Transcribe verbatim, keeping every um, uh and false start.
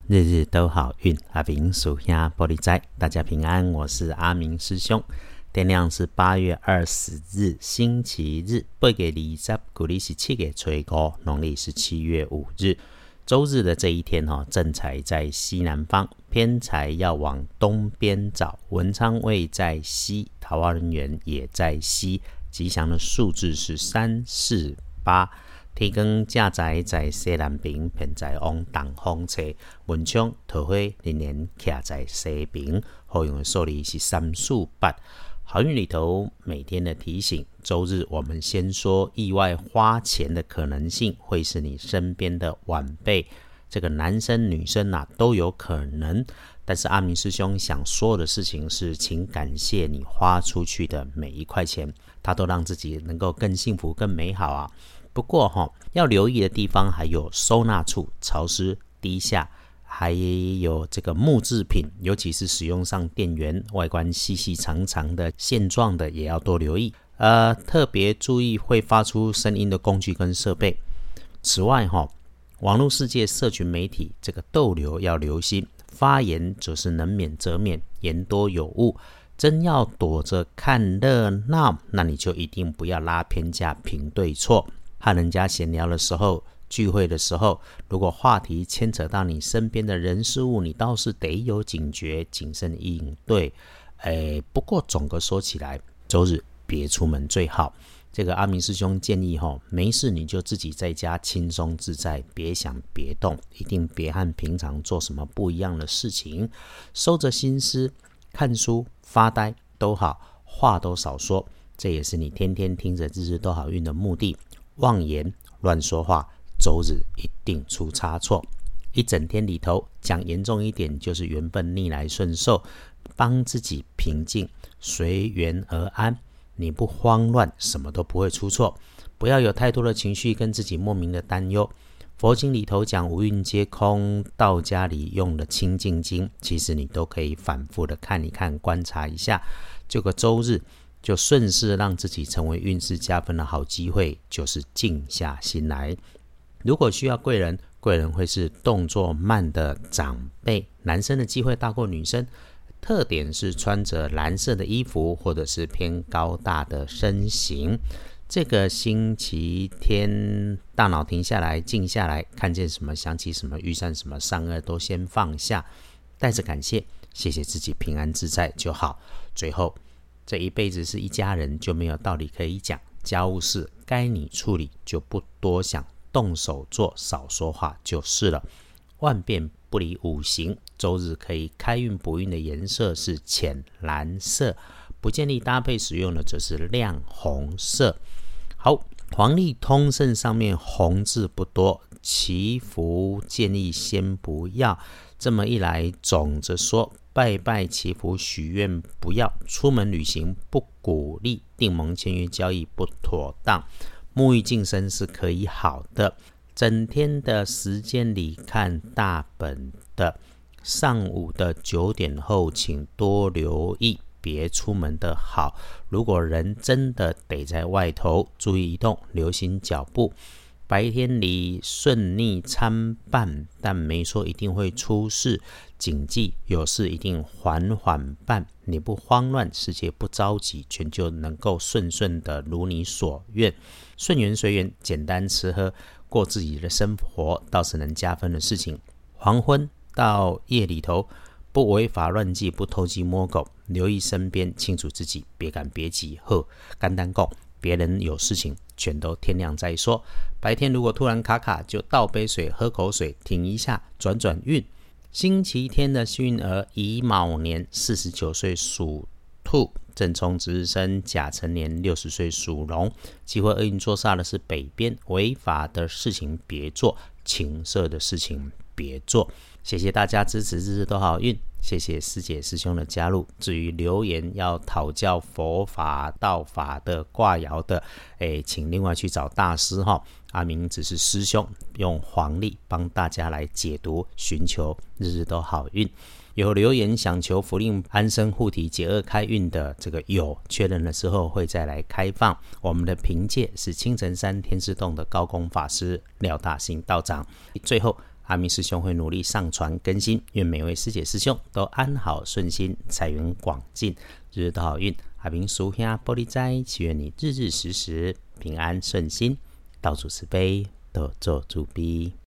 日日都好运，阿明属下玻璃斋，大家平安，我是阿明师兄。天亮是八月二十日星期日，八月二十，古历是七月初五，农历是七月五日。周日的这一天、哦、正财在西南方，偏财要往东边找，文昌位在西，桃花人缘也在西，吉祥的数字是三四八。天光正财在西南边，偏财往东方吹，文昌桃花人缘徛在西边，好用的数字是三四八。好运里头每天的提醒，周日我们先说意外花钱的可能性会是你身边的晚辈，这个男生女生啊都有可能，但是阿明师兄想说的事情是，请感谢你花出去的每一块钱，它都让自己能够更幸福更美好啊。不过、哦、要留意的地方还有收纳处潮湿低下，还有这个木制品，尤其是使用上电源，外观细细长长的线状的也要多留意，呃，特别注意会发出声音的工具跟设备。此外、哦、网络世界社群媒体这个逗留要留心，发言则是能免则免，言多有误，真要躲着看热闹，那你就一定不要拉偏架评对错。和人家闲聊的时候，聚会的时候，如果话题牵扯到你身边的人事物，你倒是得有警觉，谨慎应对。诶，不过总个说起来，周日别出门最好。这个阿明师兄建议、哦、没事你就自己在家轻松自在，别想别动，一定别和平常做什么不一样的事情，收着心思看书发呆都好，话都少说，这也是你天天听着日日都好运的目的。妄言乱说话，周日一定出差错。一整天里头讲严重一点，就是缘分逆来顺受，帮自己平静，随缘而安。你不慌乱，什么都不会出错。不要有太多的情绪跟自己莫名的担忧。佛经里头讲无蕴皆空，道家里用的清净经，其实你都可以反复的看一看，观察一下。这个周日就顺势让自己成为运势加分的好机会，就是静下心来。如果需要贵人，贵人会是动作慢的长辈，男生的机会大过女生，特点是穿着蓝色的衣服，或者是偏高大的身形。这个星期天大脑停下来，静下来，看见什么想起什么，遇上什么善恶都先放下，带着感谢，谢谢自己平安自在就好。最后这一辈子是一家人，就没有道理可以讲，家务事该你处理就不多想，动手做，少说话就是了。万变不离五行，周日可以开运补运的颜色是浅蓝色，不建议搭配使用的则是亮红色。好，黄历通胜上面红字不多，祈福建议先不要。这么一来，总着说拜拜祈福许愿不要，出门旅行不鼓励，订盟签约交易不妥当，沐浴净身是可以好的。整天的时间里看大本的，上午的九点后请多留意，别出门的好。如果人真的得在外头，注意移动，留心脚步。白天里顺利参半，但没说一定会出事，谨记有事一定缓缓办。你不慌乱，世界不着急，全就能够顺顺的如你所愿。顺缘随缘，简单吃喝过自己的生活，倒是能加分的事情。黄昏到夜里头，不违法乱纪，不偷鸡摸狗，留意身边，清楚自己，别赶别急。呵，简单讲，别人有事情全都天亮再说。白天如果突然卡卡，就倒杯水喝口水，停一下，转转运。星期天的幸运儿乙卯年四十九岁属兔，正冲值日生甲辰年六十岁属龙。机会厄运坐煞的是北边，违法的事情别做，情色的事情别做。谢谢大家支持日日都好运，谢谢师姐师兄的加入。至于留言要讨教佛法道法的卦爻的，诶，请另外去找大师哈。阿明只是师兄，用黄历帮大家来解读，寻求日日都好运。有留言想求福令安身护体解厄开运的，这个有确认了之后会再来开放。我们的凭借是青城山天师洞的高公法师廖大兴道长。最后阿明师兄会努力上传更新，愿每位师姐师兄都安好顺心，财源广进，日日都好运。阿明叔兄玻璃斋，祈愿你日日时时平安顺心，到处慈悲，多做主逼。